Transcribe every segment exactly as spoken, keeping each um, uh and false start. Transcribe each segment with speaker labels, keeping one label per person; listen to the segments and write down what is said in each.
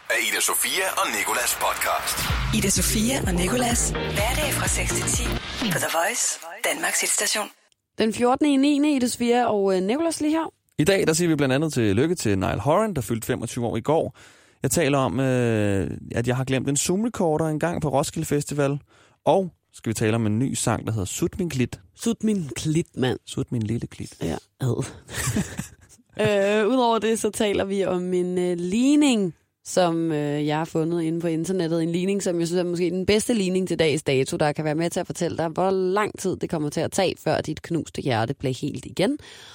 Speaker 1: af Ida Sofia og Nicolas podcast.
Speaker 2: Ida Sofia og Nicolas. Hverdag fra seks til ti på The Voice, Danmarks hitstation.
Speaker 3: Den fjortende i niende Ida Sofia og Nicolas lige her.
Speaker 4: I dag der siger vi blandt andet til lykke til Niall Horan, der fyldte femogtyve år i går. Jeg taler om, øh, at jeg har glemt en Zoom-recorder en gang på Roskilde Festival. Og skal vi tale om en ny sang, der hedder Sut min klit.
Speaker 3: Sut min klit, mand.
Speaker 4: Sut min lille klit.
Speaker 3: Ja, ad. øh, Udover det, så taler vi om en øh, ligning, som øh, jeg har fundet inde på internettet. En ligning, som jeg synes er måske den bedste ligning til dags dato, der kan være med til at fortælle dig, hvor lang tid det kommer til at tage, før dit knuste hjerte bliver helt igen.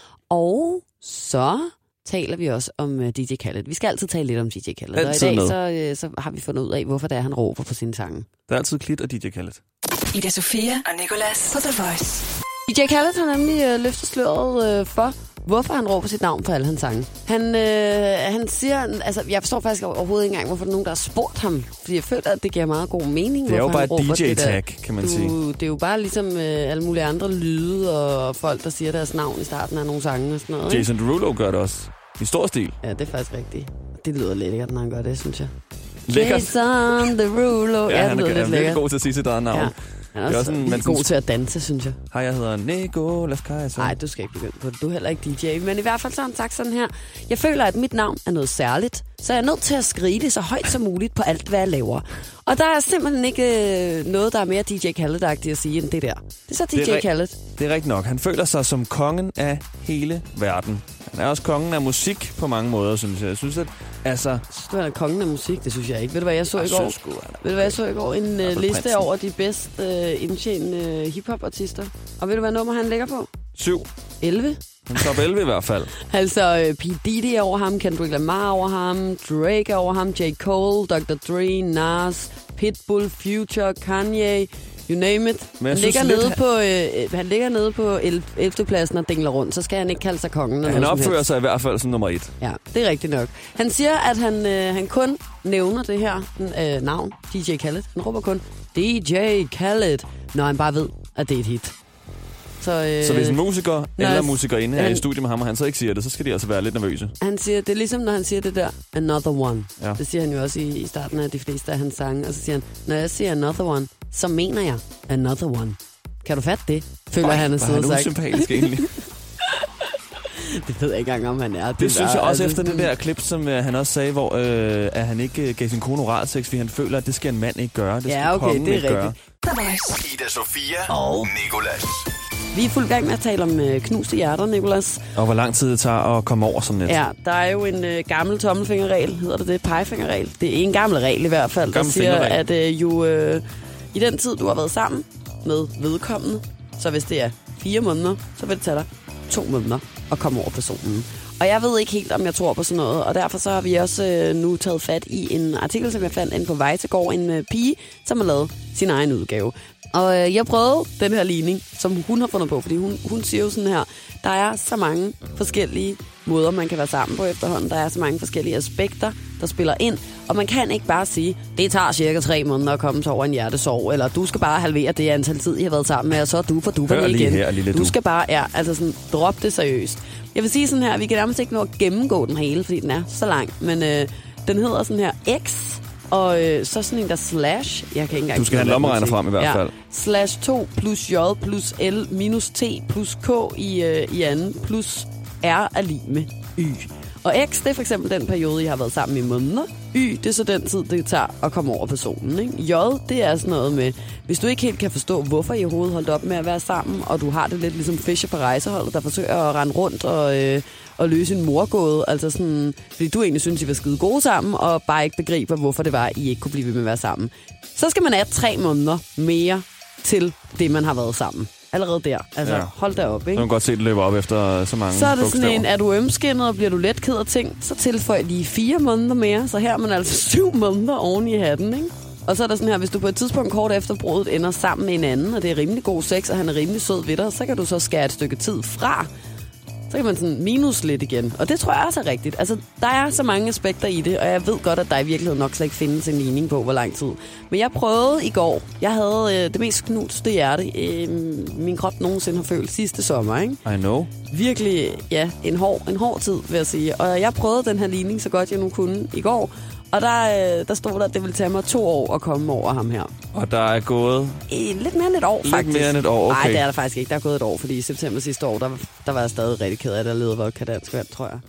Speaker 3: Og så taler vi også om uh, D J Khaled. Vi skal altid tale lidt om D J Khaled. Og i dag så, uh, så har vi fundet ud af, hvorfor det er, han råber på sine sange.
Speaker 4: Der er altid Klit og D J Khaled.
Speaker 2: Ida Sofia og Nicolas på The Voice.
Speaker 3: D J Khaled har nemlig uh, løftet sløret uh, for, hvorfor han råber sit navn på alle hans sange. Han, øh, han siger, altså jeg forstår faktisk overhovedet ikke engang, hvorfor der er nogen, der har spurgt ham. Fordi jeg føler, at det giver meget god mening.
Speaker 4: Det er jo bare
Speaker 3: et
Speaker 4: D J-tag, kan man
Speaker 3: du,
Speaker 4: sige.
Speaker 3: Det er jo bare ligesom øh, alle mulige andre lyde og folk, der siger deres navn i starten af nogle sange og sådan noget.
Speaker 4: Jason Derulo gør det også. I stor stil.
Speaker 3: Ja, det er faktisk rigtigt. Det lyder lækkert, når han gør det, synes jeg.
Speaker 4: Lækkert.
Speaker 3: Jason Derulo.
Speaker 4: Ja,
Speaker 3: ja,
Speaker 4: han er,
Speaker 3: det
Speaker 4: er virkelig god til at sige sit eget navn.
Speaker 3: Ja. Han er,
Speaker 4: det er
Speaker 3: også,
Speaker 4: også en,
Speaker 3: man god til at danse, synes jeg.
Speaker 4: Hej, jeg hedder Nicolas Kajsa.
Speaker 3: Nej, du skal ikke begynde på det. Du er heller ikke D J. Men i hvert fald så har han sagt sådan her. Jeg føler, at mit navn er noget særligt, så jeg er nødt til at skrige det så højt som muligt på alt, hvad jeg laver. Og der er simpelthen ikke øh, noget, der er mere D J Khaled-agtigt at sige end det der. Det er så D J Khaled.
Speaker 4: Det er rigtigt nok. Han føler sig som kongen af hele verden. Han er også kongen af musik på mange måder, synes jeg. Jeg synes, at altså...
Speaker 3: Synes du, han er kongen af musik? Det synes jeg ikke. Ved du, hvad jeg så
Speaker 4: jeg
Speaker 3: i går?
Speaker 4: Sgu,
Speaker 3: Ved du, hvad jeg så i går? En uh, liste prinsen. over de bedst uh, indtjenende hip-hop-artister. Og ved du, hvad nummer han ligger på?
Speaker 4: Syv.
Speaker 3: elleve.
Speaker 4: Han top elleve i hvert fald.
Speaker 3: Altså uh, P. Diddy er over ham, Kendrick Lamar over ham, Drake er over ham, J. Cole, doktor Dre, Nas, Pitbull, Future, Kanye... You name it. Han ligger, nede lidt, på, øh, han ligger nede på ellevte pladsen og dingler rundt, så skal han ikke kalde sig kongen.
Speaker 4: Han opfører sig i hvert fald som nummer et.
Speaker 3: Ja, det er rigtigt nok. Han siger, at han, øh, han kun nævner det her øh, navn, D J Khaled. Han råber kun D J Khaled, når han bare ved, at det er et hit. Så, øh,
Speaker 4: så hvis en musiker
Speaker 3: når,
Speaker 4: eller musikerinde er
Speaker 3: han,
Speaker 4: i studiet med ham, og han så ikke siger det, så skal de altså være lidt nervøse.
Speaker 3: Han siger, det er ligesom, når han siger det der, another one.
Speaker 4: Ja.
Speaker 3: Det siger han jo også i, i starten af de fleste af hans sange. Og så siger han, når jeg siger another one, så mener jeg another one. Kan du fatte det? Føler
Speaker 4: Øj,
Speaker 3: han er
Speaker 4: siddet og sagt.
Speaker 3: usympatisk
Speaker 4: egentlig.
Speaker 3: Det ved jeg ikke engang, om han er. Det,
Speaker 4: det synes
Speaker 3: der,
Speaker 4: jeg også
Speaker 3: altså,
Speaker 4: efter det der klip, som uh, han også sagde, hvor uh, at han ikke uh, gav sin kone oralsex, fordi han føler, at det skal en mand ikke gøre. Det
Speaker 3: ja,
Speaker 4: skal
Speaker 3: okay,
Speaker 4: kongen
Speaker 3: det er
Speaker 4: ikke gøre.
Speaker 1: Ida Sofia og Nicolas.
Speaker 3: Vi er fuld gang med at tale om uh, knuste hjerter, Nicolas.
Speaker 4: Og hvor lang tid det tager at komme over sådan et.
Speaker 3: Ja, der er jo en uh, gammel tommelfingerregel, hedder det det? Pegefingerregel. Det er en gammel regel i hvert fald, der siger, at uh, jo uh, i den tid, du har været sammen med vedkommende, så hvis det er fire måneder, så vil det tage dig to måneder at komme over personen. Og jeg ved ikke helt, om jeg tror på sådan noget, og derfor så har vi også øh, nu taget fat i en artikel, som jeg fandt inde på Vejtegård, en øh, pige, som har lavet sin egen udgave. Og øh, jeg prøvede den her ligning, som hun har fundet på, fordi hun, hun siger jo sådan her, der er så mange forskellige måder, man kan være sammen på efterhånden. Der er så mange forskellige aspekter, der spiller ind, og man kan ikke bare sige, det tager cirka tre måneder at komme til over en hjertesorg, eller du skal bare halvere det antal tid, I har været sammen med, og så er du for du for igen.
Speaker 4: Her, lille
Speaker 3: du.
Speaker 4: du
Speaker 3: skal bare, ja, altså sådan, drop det seriøst. Jeg vil sige sådan her, vi kan nærmest ikke nå at gennemgå den hele, fordi den er så lang, men øh, den hedder sådan her X, og øh, så sådan en der slash, jeg kan ikke engang...
Speaker 4: Du skal have en lommeregner frem i hvert fald.
Speaker 3: Ja, slash to plus J plus L minus T plus K i, øh, i anden plus R er lig med Y. Og X, det er for eksempel den periode, I har været sammen i måneder. Y, det er så den tid, det tager at komme over personen. Ikke? J, det er sådan noget med, hvis du ikke helt kan forstå, hvorfor I overhovedet holdt op med at være sammen, og du har det lidt ligesom Fischer på rejseholdet, der forsøger at rende rundt og, øh, og løse en morgåde. Altså sådan, fordi du egentlig synes, I var skide gode sammen, og bare ikke begriber, hvorfor det var, I ikke kunne blive ved med at være sammen. Så skal man have tre måneder mere til det, man har været sammen. Allerede der. Altså, ja. Hold da op, ikke?
Speaker 4: Så kan man godt se, at det løber op efter så mange
Speaker 3: Så er det
Speaker 4: bogstaver.
Speaker 3: sådan en, er du ømskindet, og bliver du let ked af ting, så tilføj lige fire måneder mere, så her er man altså syv måneder oven i hatten, ikke? Og så er der sådan her, hvis du på et tidspunkt kort efter bruddet ender sammen med en anden, og det er rimelig god sex, og han er rimelig sød ved dig, så kan du så skære et stykke tid fra. så kan man sådan minus lidt igen. Og det tror jeg også er rigtigt. Altså, der er så mange aspekter i det, og jeg ved godt, at der i virkeligheden nok slet ikke findes en ligning på, hvor lang tid. Men jeg prøvede i går. Jeg havde øh, det mest knuste hjerte, øh, min krop nogensinde har følt sidste sommer, ikke?
Speaker 4: I know.
Speaker 3: Virkelig, ja, en hård, en hård tid, vil jeg sige. Og jeg prøvede den her ligning så godt, jeg nu kunne i går. Og der, øh, der stod der, at det ville tage mig to år at komme over ham her.
Speaker 4: Og der er gået...
Speaker 3: I, lidt mere end et år,
Speaker 4: lidt
Speaker 3: faktisk.
Speaker 4: Lidt mere end et år, okay.
Speaker 3: Nej, det er der faktisk ikke. Der er gået et år, fordi i september sidste år, der, der var jeg stadig rigtig ked af, at jeg levede vodka dansk vand, tror jeg.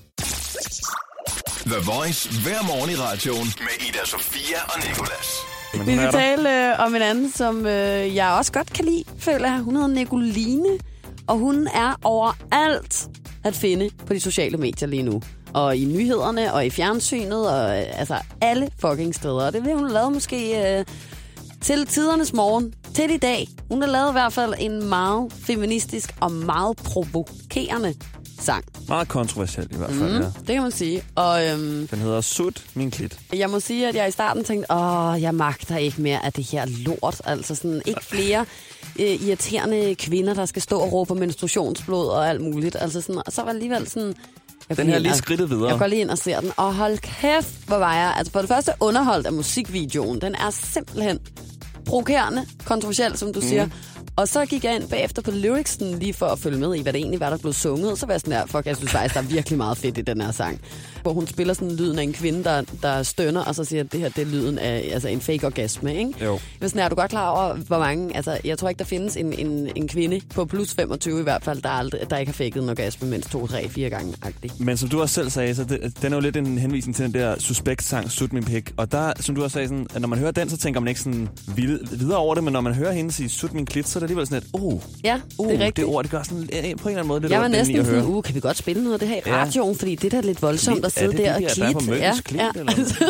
Speaker 1: The Voice hver morgen i radioen med Ida Sofia og Nicolas.
Speaker 3: Vi vil tale øh, om en anden, som øh, jeg også godt kan lide, føler jeg. Hun hedder Nicoline, og hun er overalt at finde på de sociale medier lige nu. Og i nyhederne, og i fjernsynet, og øh, altså alle fucking steder. Og det vil hun lave måske øh, til tidernes morgen, til i dag. Hun har lavet i hvert fald en meget feministisk og meget provokerende sang.
Speaker 4: Meget kontroversielt i hvert fald, mm, ja.
Speaker 3: Det kan man sige. Og, øhm,
Speaker 4: den hedder Sut min klit.
Speaker 3: Jeg må sige, at jeg i starten tænkte, åh, jeg magter ikke mere af det her lort. Altså sådan, ikke flere øh, irriterende kvinder, der skal stå og råbe på menstruationsblod og alt muligt. Altså sådan, og så var alligevel sådan... Jeg
Speaker 4: den her lige skridtet videre.
Speaker 3: Jeg går lige ind og ser den, og hold kæft, hvor var jeg... Altså for det første underholdt af musikvideoen. Den er simpelthen provokerende, kontroversiel, som du mm. siger. Og så gik jeg ind bagefter på lyricsen, lige for at følge med i, hvad det egentlig var, der blev sunget. Og så var jeg sådan der, fuck, jeg synes faktisk, der er virkelig meget fedt i den her sang. Hvor hun spiller sådan lyden af en kvinde, der, der stønner, og så siger, at det her det er lyden af altså en fake orgasme, ikke? Jo. Sådan, er du godt klar over, hvor mange... Altså, jeg tror ikke, der findes en, en, en kvinde på plus femogtyve i hvert fald, der, aldrig, der ikke har faket en orgasme mindst to, tre, fire gange. -agtigt.
Speaker 4: Men som du også selv sagde, så det, den er jo lidt en henvisning til den der Suspekt-sang, Sut min pik. Og der, som du også sagde, sådan, at når man hører den, så tænker man ikke sådan videre over det, men når man hører hende sige Sut min klit, så er det alligevel sådan et, oh,
Speaker 3: ja,
Speaker 4: uh,
Speaker 3: det er rigtigt.
Speaker 4: Det ord, det gør sådan på en eller anden måde lidt.
Speaker 3: Jeg var næsten sådan, uh, kan vi godt spille noget af det her i radioen, ja. Fordi det der er lidt voldsomt
Speaker 4: Klit,
Speaker 3: at sidde der og klit.
Speaker 4: Ja, klit ja. Eller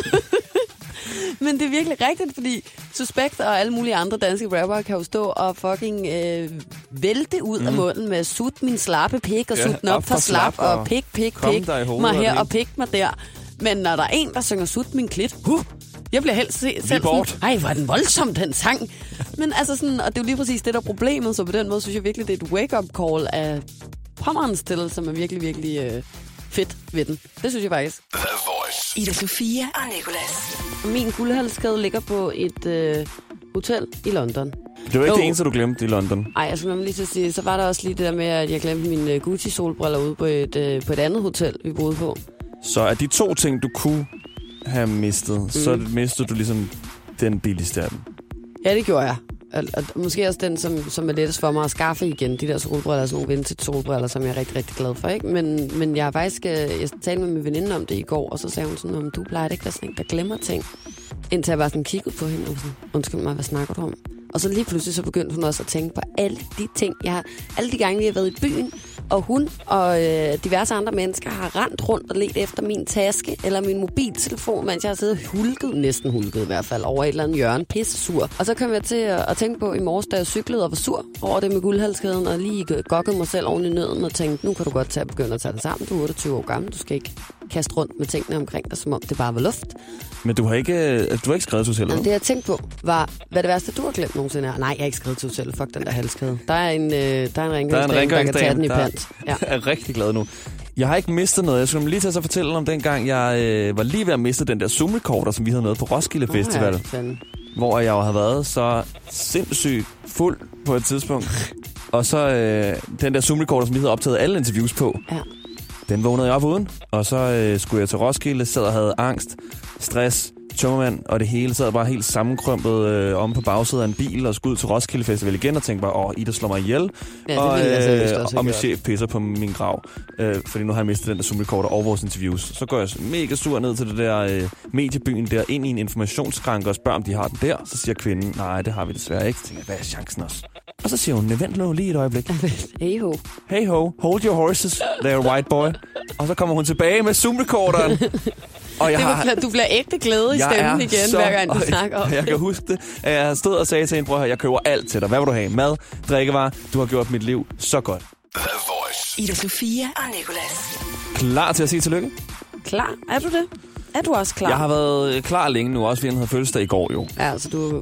Speaker 3: men det er virkelig rigtigt, fordi Suspekt og alle mulige andre danske rappere kan jo stå og fucking øh, vælte ud mm. af munden med sut min slappe pik og ja, sut den op, op for slap og, og pik, pik, pik, mig her og pik mig der. Men når der er en, der synger sut min klit, huh, jeg bliver helst se, selv sådan, ej, hvor er den voldsom, den sang. Men altså sådan, og det er jo lige præcis det, der er problemet, så på den måde synes jeg virkelig, det er et wake-up call af pommerens til, som er virkelig, virkelig øh, fedt ved den. Det synes jeg faktisk.
Speaker 1: The Voice.
Speaker 2: Ida Sofia og Nicolas.
Speaker 3: Min guldhalskæde ligger på et øh, hotel i London.
Speaker 4: Det var ikke jo. Det eneste, du glemte i London.
Speaker 3: Nej, jeg skulle lige til at sige, så var der også lige det der med, at jeg glemte mine Gucci-solbriller ude på et, øh, på et andet hotel, vi boede på.
Speaker 4: Så er de to ting, du kunne have mistet, mm. så mistede du ligesom den billigste af dem.
Speaker 3: Ja, det gjorde jeg. Og, og måske også den, som, som er lettest for mig at skaffe igen. De der solbriller, sådan nogle vintage solbriller, som jeg er rigtig, rigtig glad for. Ikke? Men, men jeg har faktisk... Jeg talte med min veninde om det i går, og så sagde hun sådan, om du plejer ikke være sådan en, der glemmer ting. Indtil jeg bare sådan kiggede på hende og sådan, undskyld mig, hvad snakker du om? Og så lige pludselig så begyndte hun også at tænke på alle de ting, jeg har... Alle de gange, vi har været i byen, og hun og øh, diverse andre mennesker har rendt rundt og let efter min taske eller min mobiltelefon, mens jeg har siddet hulket, næsten hulket i hvert fald, over et eller andet hjørne, pisse sur. Og så kom jeg til at, at tænke på i morges, da jeg cyklede og var sur over det med guldhalskæden, og lige gokkede mig selv oven i nøden og tænkte, nu kan du godt tage begynde at tage det sammen. Du er otteogtyve år gammel, du skal ikke kaste rundt med tingene omkring dig, som om det bare var luft.
Speaker 4: Men du har ikke, du har ikke skrevet til hotellet?
Speaker 3: Jamen, det jeg tænkte på var, hvad det værste, du har glemt nogensinde er. Nej, jeg har ikke skrevet til hotellet. Fuck den der halskæde. Der er en, øh, der er en rengøringsdame, der kan tage den i pant.
Speaker 4: Ja. Jeg er rigtig glad nu. Jeg har ikke mistet noget. Jeg skulle lige til at fortælle om dengang, jeg øh, var lige ved at miste den der Zoom-recorder, som vi havde med på Roskilde Festival. Oh, ja, hvor jeg jo havde været så sindssygt fuld på et tidspunkt. Og så øh, den der Zoom-recorder, som vi havde optaget alle interviews på. Ja. Den vågnede jeg op uden, og så øh, skulle jeg til Roskilde, sad og havde angst, stress, tømmermand, og det hele sad bare helt sammenkrømpet øh, om på bagsædet af en bil, og skulle ud til Roskilde Festival igen, og tænkte bare, åh, Ida slår mig ihjel, ja, og, øh, og min chef pisser på min grav, øh, fordi nu har jeg mistet den der Zoom-recorder over vores interviews. Så går jeg mega sur ned til det der øh, mediebyen der, ind i en informationsskranke og spørger, om de har den der. Så siger kvinden, nej, det har vi desværre ikke. Så tænker jeg, hvad er chancen også? Og så siger hun, vent nu lige et øjeblik.
Speaker 3: Hey ho.
Speaker 4: Hey ho, hold your horses, there white boy. Og så kommer hun tilbage med Zoom-recorderen. Og jeg har,
Speaker 3: du bliver ægte glæde i stemmen igen, så, hver gang du snakker om det.
Speaker 4: Jeg kan huske det. Jeg stod og sagde til hende, prøv her, jeg køber alt til dig. Hvad vil du have? Mad, drikkevarer. Du har gjort mit liv så godt.
Speaker 1: The Voice.
Speaker 2: Ida Sofia og Nicolas.
Speaker 4: Klar til at sige tillykke?
Speaker 3: Klar? Er du det? Er du også klar?
Speaker 4: Jeg har været klar længe nu, også fordi han havde fødselsdag i går jo.
Speaker 3: Ja, altså du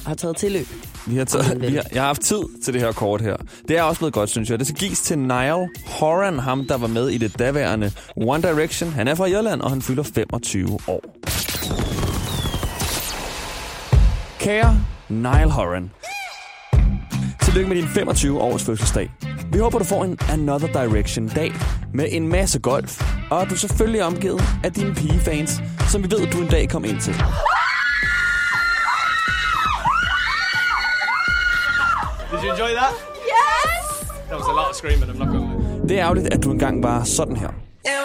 Speaker 3: har taget tilløb.
Speaker 4: Vi har taget, vi har, jeg har haft tid til det her kort her. Det er også blevet godt, synes jeg. Det skal gives til Niall Horan, ham der var med i det daværende One Direction. Han er fra Irland, og han fylder femogtyve år. Kære Niall Horan, tillykke med din femogtyve års fødselsdag. Vi håber, du får en Another Direction-dag med en masse golf, og du er selvfølgelig omgivet af dine pigefans, som vi ved, du en dag kom ind til.
Speaker 5: Did you enjoy that? Yes! That was a lot of screaming, I'm not gonna lie.
Speaker 4: Det er ærgerligt, at du engang var sådan her.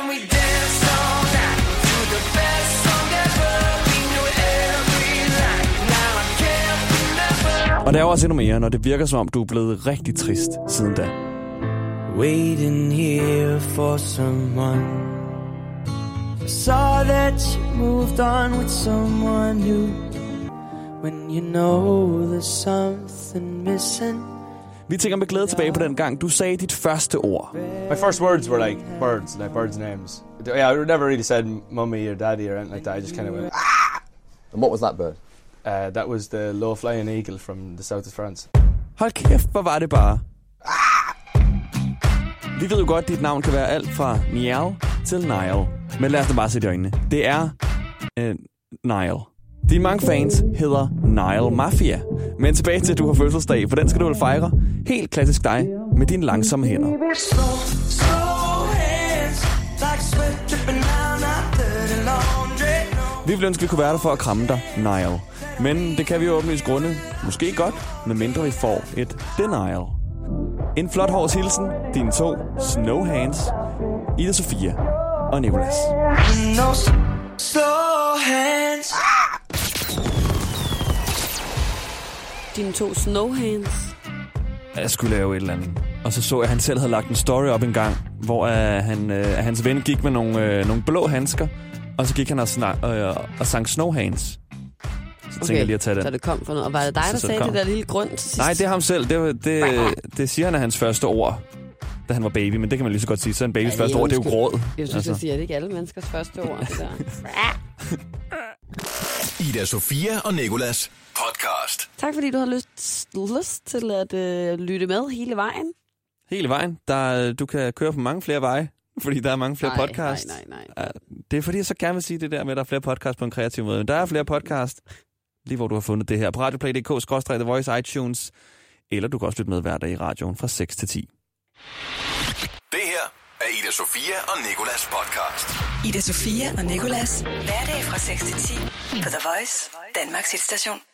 Speaker 4: Og der er også endnu mere, når det virker som om, du er blevet rigtig trist siden da.
Speaker 6: Waiting here for someone. I saw that you moved on with someone new. When you know there's something missing.
Speaker 4: Vi tænker med glæde tilbage på den gang, du sagde dit første ord.
Speaker 5: My first words were like birds, like birds' names. Yeah, I never really said mummy or daddy or anything like that. I just kind of went, ah!
Speaker 7: And what was that bird?
Speaker 5: Uh, that was the low-flying eagle from the south of France.
Speaker 4: Hold kæft, hvor var det bare. Vi ved jo godt, at dit navn kan være alt fra Niall til Niall. Men lad os da bare se i øjnene. Det er øh, Niall. Dine mange fans hedder Niall Mafia. Men tilbage til, at du har fødselsdag, for den skal du vel fejre. Helt klassisk dig, med dine langsomme hænder. Vi vil ønske, at vi kunne være der for at kramme dig, Niall. Men det kan vi jo åbenlyst grunde. Måske godt, medmindre vi får et denial. En flot hårs hilsen, dine to snow hands, Ida Sofia og Nicolas.
Speaker 6: No slow hands.
Speaker 3: Dine to snow hands.
Speaker 4: Jeg skulle lave et eller andet. Og så så jeg, at han selv havde lagt en story op en gang, hvor uh, han, uh, hans ven gik med nogle, uh, nogle blå handsker, og så gik han og, snak, uh, og sang snow hands. Så
Speaker 3: okay,
Speaker 4: tænker jeg lige at tage den.
Speaker 3: Så det kom for noget. Og var det dig, der
Speaker 4: så
Speaker 3: sagde
Speaker 4: det,
Speaker 3: det der lille grund til sidst?
Speaker 4: Nej, det er ham selv. Det, det, det siger han er hans første ord, da han var baby. Men det kan man lige så godt sige. Så en babys ja, første ord, det er jo gråd.
Speaker 3: Jeg synes, altså. Jeg siger, det ikke alle menneskers første ord. Det der.
Speaker 1: Ida Sofia og Nicolas podcast.
Speaker 3: Tak fordi du har lyst, lyst til at øh, lytte med hele vejen.
Speaker 4: Hele vejen. Der, du kan køre på mange flere veje, fordi der er mange flere
Speaker 3: nej,
Speaker 4: podcasts.
Speaker 3: Nej, nej, nej.
Speaker 4: Det er fordi, jeg så gerne vil sige det der med, at der er flere podcasts på en kreativ måde. Men der er flere podcasts, lige hvor du har fundet det her. På radioplay punktum d k skråstreg The Voice iTunes. Eller du kan også lytte med hver dag i radioen fra seks til ti.
Speaker 1: Det her er Ida Sofia og Nicolas podcast.
Speaker 2: Ida Sofia og Nicolas. Hverdag fra seks til ti på The Voice, Danmarks hitstation.